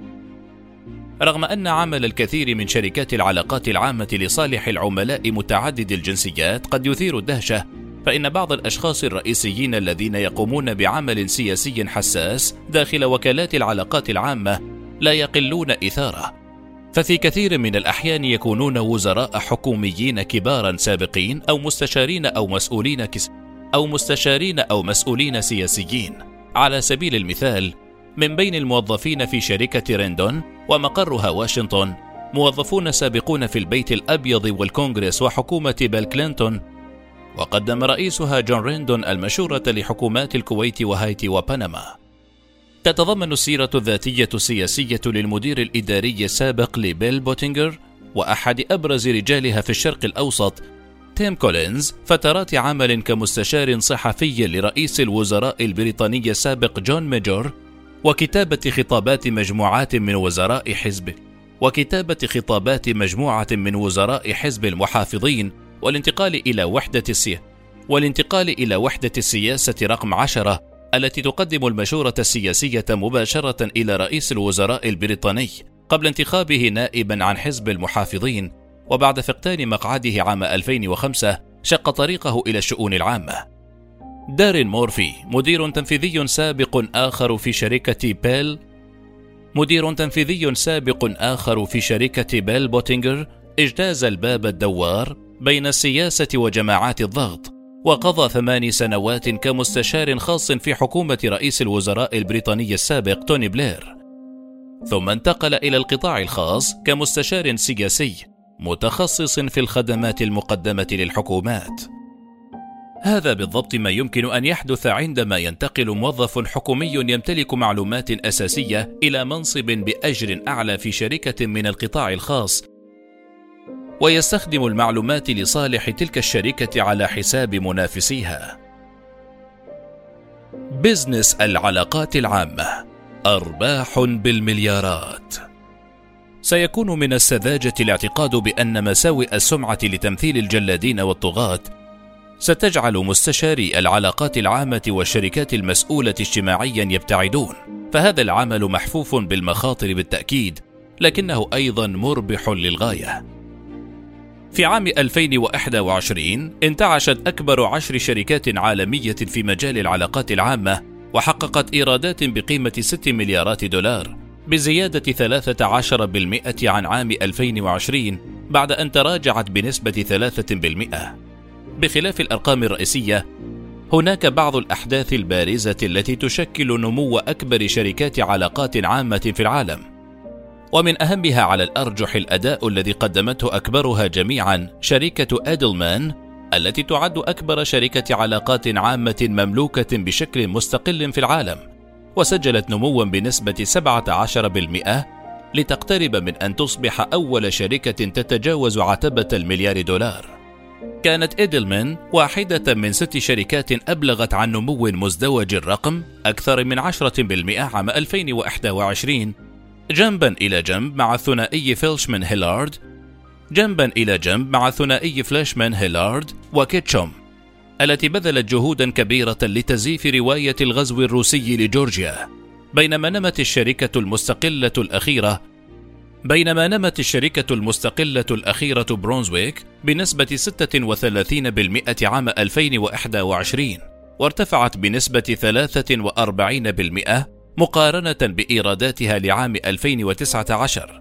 رغم أن عمل الكثير من شركات العلاقات العامة لصالح العملاء متعدد الجنسيات قد يثير الدهشة، فإن بعض الأشخاص الرئيسيين الذين يقومون بعمل سياسي حساس داخل وكالات العلاقات العامة لا يقلون إثارة، ففي كثير من الأحيان يكونون وزراء حكوميين كبارا سابقين أو مستشارين أو مسؤولين كس أو مستشارين أو مسؤولين سياسيين. على سبيل المثال، من بين الموظفين في شركة ريندون ومقرها واشنطن موظفون سابقون في البيت الأبيض والكونغرس وحكومة بيل كلينتون، وقدم رئيسها جون ريندون المشورة لحكومات الكويت وهايتي وبنما. تتضمن السيرة الذاتية السياسية للمدير الإداري السابق لبيل بوتينغر وأحد أبرز رجالها في الشرق الأوسط تيم كولينز فترات عمل كمستشار صحفي لرئيس الوزراء البريطاني السابق جون ميجور، وكتابة خطابات مجموعات من وزراء حزب وكتابة خطابات مجموعة من وزراء حزب المحافظين والانتقال إلى وحدة السياسة والانتقال إلى وحدة السياسة رقم عشرة التي تقدم المشورة السياسية مباشرة إلى رئيس الوزراء البريطاني قبل انتخابه نائبا عن حزب المحافظين، وبعد فقدان مقعده عام ألفين وخمسة شق طريقه إلى الشؤون العامة. دارين مورفي مدير تنفيذي سابق آخر في شركة بيل مدير تنفيذي سابق آخر في شركة بيل بوتينغر اجتاز الباب الدوار بين السياسة وجماعات الضغط، وقضى ثماني سنوات كمستشار خاص في حكومة رئيس الوزراء البريطاني السابق توني بلير، ثم انتقل إلى القطاع الخاص كمستشار سياسي متخصص في الخدمات المقدمة للحكومات. هذا بالضبط ما يمكن أن يحدث عندما ينتقل موظف حكومي يمتلك معلومات أساسية إلى منصب بأجر أعلى في شركة من القطاع الخاص، ويستخدم المعلومات لصالح تلك الشركة على حساب منافسيها. بزنس العلاقات العامة، أرباح بالمليارات. سيكون من السذاجة الاعتقاد بأن مساوئ السمعة لتمثيل الجلادين والطغاة ستجعل مستشاري العلاقات العامة والشركات المسؤولة اجتماعيا يبتعدون، فهذا العمل محفوف بالمخاطر بالتأكيد، لكنه أيضا مربح للغاية. في عام ألفين وواحد وعشرين انتعشت أكبر عشر شركات عالمية في مجال العلاقات العامة، وحققت إيرادات بقيمة ستة مليارات دولار بزيادة ثلاثة عشر بالمئة عن عام ألفين وعشرين، بعد أن تراجعت بنسبة ثلاثة بالمئة. بخلاف الأرقام الرئيسية، هناك بعض الأحداث البارزة التي تشكل نمو أكبر شركات علاقات عامة في العالم، ومن أهمها على الأرجح الأداء الذي قدمته أكبرها جميعا شركة إيدلمان، التي تعد أكبر شركة علاقات عامة مملوكة بشكل مستقل في العالم، وسجلت نموا بنسبة سبعة عشر بالمئة لتقترب من أن تصبح أول شركة تتجاوز عتبة المليار دولار. كانت إيدلمان واحدة من ست شركات أبلغت عن نمو مزدوج الرقم أكثر من عشرة بالمئة عام ألفين وإحدى وعشرين، جنبا إلى جنب مع الثنائي فيلشمان هيلارد جنبا إلى جنب مع ثنائي فلاشمان هيلارد وكيتشوم، التي بذلت جهودا كبيرة لتزييف رواية الغزو الروسي لجورجيا. بينما نمت الشركة المستقلة الأخيرة بينما نمت الشركة المستقلة الأخيرة برونزويك بنسبة ستة وثلاثين بالمئة عام ألفين وإحدى وعشرين، وارتفعت بنسبة ثلاثة وأربعين بالمئة مقارنة بإيراداتها لعام ألفين وتسعة عشر،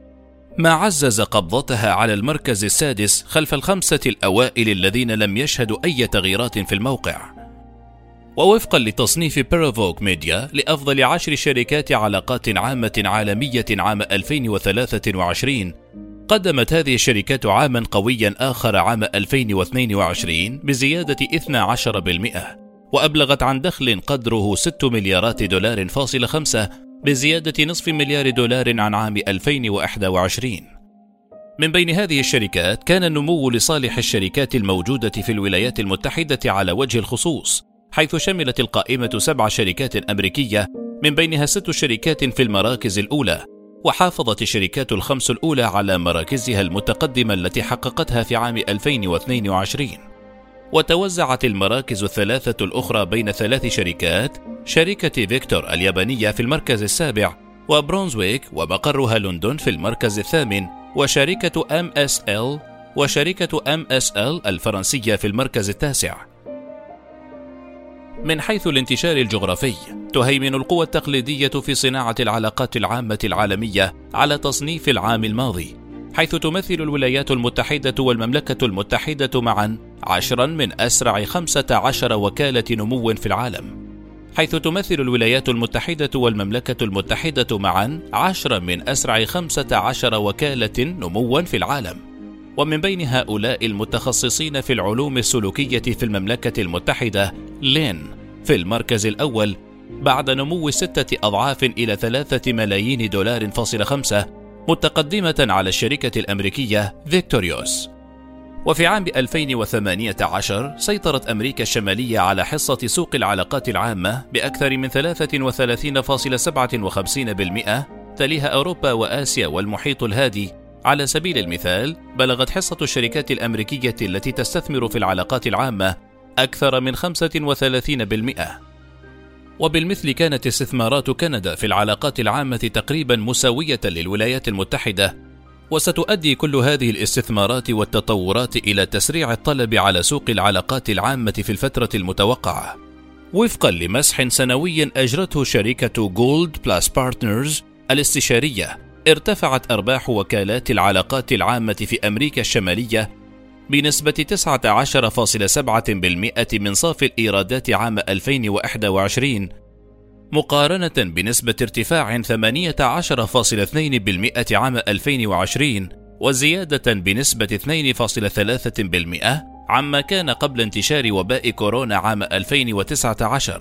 ما عزز قبضتها على المركز السادس خلف الخمسة الأوائل الذين لم يشهدوا أي تغييرات في الموقع. ووفقا لتصنيف بيرافوك ميديا لأفضل عشر شركات علاقات عامة عالمية عام ألفين وثلاثة وعشرين، قدمت هذه الشركات عاما قويا آخر عام ألفين واثنين وعشرين بزيادة اثني عشر بالمئة، وأبلغت عن دخل قدره ستة مليارات دولار فاصل خمسة بزيادة نصف مليار دولار عن عام ألفين وإحدى وعشرين. من بين هذه الشركات كان النمو لصالح الشركات الموجودة في الولايات المتحدة على وجه الخصوص، حيث شملت القائمة سبع شركات أمريكية، من بينها ست شركات في المراكز الأولى، وحافظت الشركات الخمس الأولى على مراكزها المتقدمة التي حققتها في عام ألفين واثنين وعشرين. وتوزعت المراكز الثلاثة الأخرى بين ثلاث شركات: شركة فيكتور اليابانية في المركز السابع، وبرونزويك ومقرها لندن في المركز الثامن، وشركة إم إس إل وشركة إم إس إل الفرنسية في المركز التاسع. من حيث الانتشار الجغرافي، تهيمن القوى التقليدية في صناعة العلاقات العامة العالمية على تصنيف العام الماضي، حيث تمثل الولايات المتحدة والمملكة المتحدة معا عشرا من أسرع خمسة عشر وكالة نمو في العالم. حيث تمثل الولايات المتحدة والمملكة المتحدة معا عشرا من أسرع خمسة عشر وكالة نمو في العالم. ومن بين هؤلاء المتخصصين في العلوم السلوكية في المملكة المتحدة لين في المركز الأول بعد نمو ستة أضعاف إلى ثلاثة ملايين دولار فاصل خمسة، متقدمة على الشركة الأمريكية فيكتوريوس. وفي عام ألفين وثمانية عشر سيطرت أمريكا الشمالية على حصة سوق العلاقات العامة بأكثر من ثلاثة وثلاثين فاصل سبعة وخمسين بالمئة، تليها أوروبا وآسيا والمحيط الهادي. على سبيل المثال، بلغت حصة الشركات الأمريكية التي تستثمر في العلاقات العامة أكثر من خمسة وثلاثين بالمئة. وبالمثل كانت استثمارات كندا في العلاقات العامة تقريبا مساوية للولايات المتحدة. وستؤدي كل هذه الاستثمارات والتطورات إلى تسريع الطلب على سوق العلاقات العامة في الفترة المتوقعة. وفقا لمسح سنوي أجرته شركة جولد بلاس بارتنرز الاستشارية، ارتفعت أرباح وكالات العلاقات العامة في أمريكا الشمالية بنسبة تسعة عشر فاصل سبعة بالمئة من صافي الإيرادات عام ألفين وإحدى وعشرين، مقارنة بنسبة ارتفاع ثمانية عشر فاصل اثنين بالمئة عام ألفين وعشرين، وزيادة بنسبة اثنين فاصل ثلاثة بالمئة عما كان قبل انتشار وباء كورونا عام ألفين وتسعة عشر.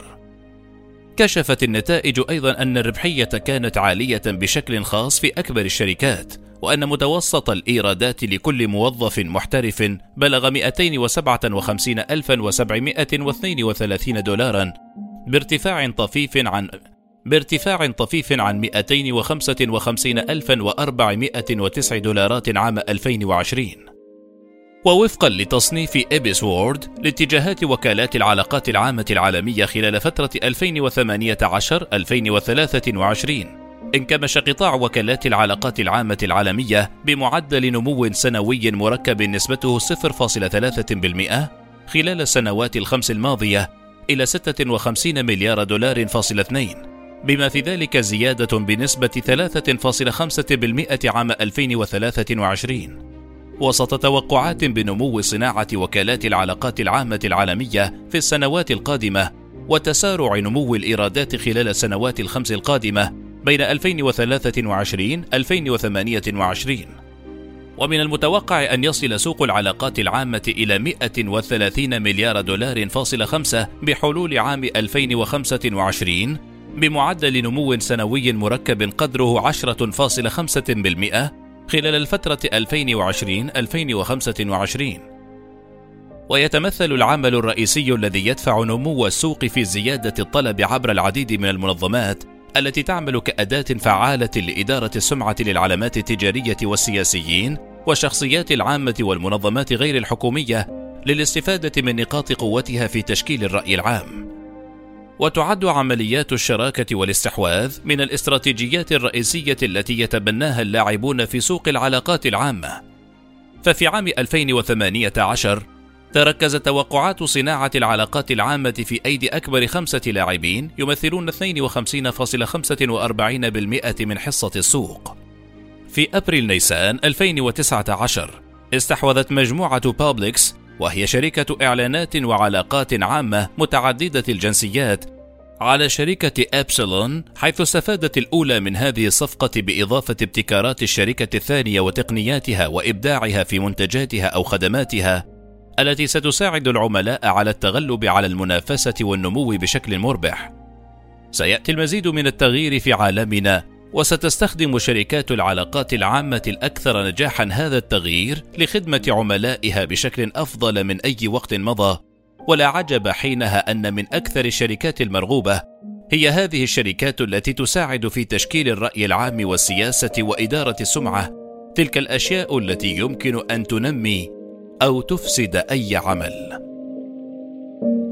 كشفت النتائج أيضا أن الربحية كانت عالية بشكل خاص في أكبر الشركات، وأن متوسط الإيرادات لكل موظف محترف بلغ مئتين وسبعة وخمسين ألفا وسبعمئة واثنين وثلاثين دولاراً، بارتفاع طفيف عن بارتفاع طفيف عن مئتين وخمسة وخمسين ألفا وأربعمئة وتسعة دولارات عام ألفين وعشرين. ووفقا لتصنيف إبس وورد لاتجاهات وكالات العلاقات العامة العالمية خلال فترة ألفين وثمانية عشر إلى ألفين وثلاثة وعشرين، انكمش قطاع وكالات العلاقات العامة العالمية بمعدل نمو سنوي مركب نسبته صفر فاصل ثلاثة بالمئة خلال السنوات الخمس الماضية إلى ستة وخمسين مليار دولار فاصل اثنين، بما في ذلك زيادة بنسبة ثلاثة فاصل خمسة بالمئة عام ألفين وثلاثة وعشرين. وسط توقعات بنمو صناعة وكالات العلاقات العامة العالمية في السنوات القادمة وتسارع نمو الإيرادات خلال السنوات الخمس القادمة بين ألفين وثلاثة وعشرين إلى ألفين وثمانية وعشرين. ومن المتوقع أن يصل سوق العلاقات العامة إلى مئة وثلاثين مليار دولار فاصل خمسة بحلول عام ألفين وخمسة وعشرين، بمعدل نمو سنوي مركب قدره عشرة فاصلة خمسة بالمئة خلال الفترة ألفين وعشرين إلى ألفين وخمسة وعشرين. ويتمثل العامل الرئيسي الذي يدفع نمو السوق في زيادة الطلب عبر العديد من المنظمات التي تعمل كأداة فعالة لإدارة السمعة للعلامات التجارية والسياسيين والشخصيات العامة والمنظمات غير الحكومية للاستفادة من نقاط قوتها في تشكيل الرأي العام. وتعد عمليات الشراكة والاستحواذ من الاستراتيجيات الرئيسية التي يتبناها اللاعبون في سوق العلاقات العامة. ففي عام ألفين وثمانية عشر تركز توقعات صناعة العلاقات العامة في أيدي أكبر خمسة لاعبين يمثلون اثنين وخمسين فاصلة خمسة وأربعين بالمئة من حصة السوق. في أبريل نيسان ألفين وتسعة عشر استحوذت مجموعة بابليكس، وهي شركة إعلانات وعلاقات عامة متعددة الجنسيات، على شركة أبسلون، حيث استفادت الأولى من هذه الصفقة بإضافة ابتكارات الشركة الثانية وتقنياتها وإبداعها في منتجاتها أو خدماتها التي ستساعد العملاء على التغلب على المنافسة والنمو بشكل مربح. سيأتي المزيد من التغيير في عالمنا، وستستخدم شركات العلاقات العامة الأكثر نجاحا هذا التغيير لخدمة عملائها بشكل أفضل من أي وقت مضى. ولا عجب حينها أن من أكثر الشركات المرغوبة هي هذه الشركات التي تساعد في تشكيل الرأي العام والسياسة وإدارة السمعة، تلك الأشياء التي يمكن أن تنمي أو تفسد أي عمل.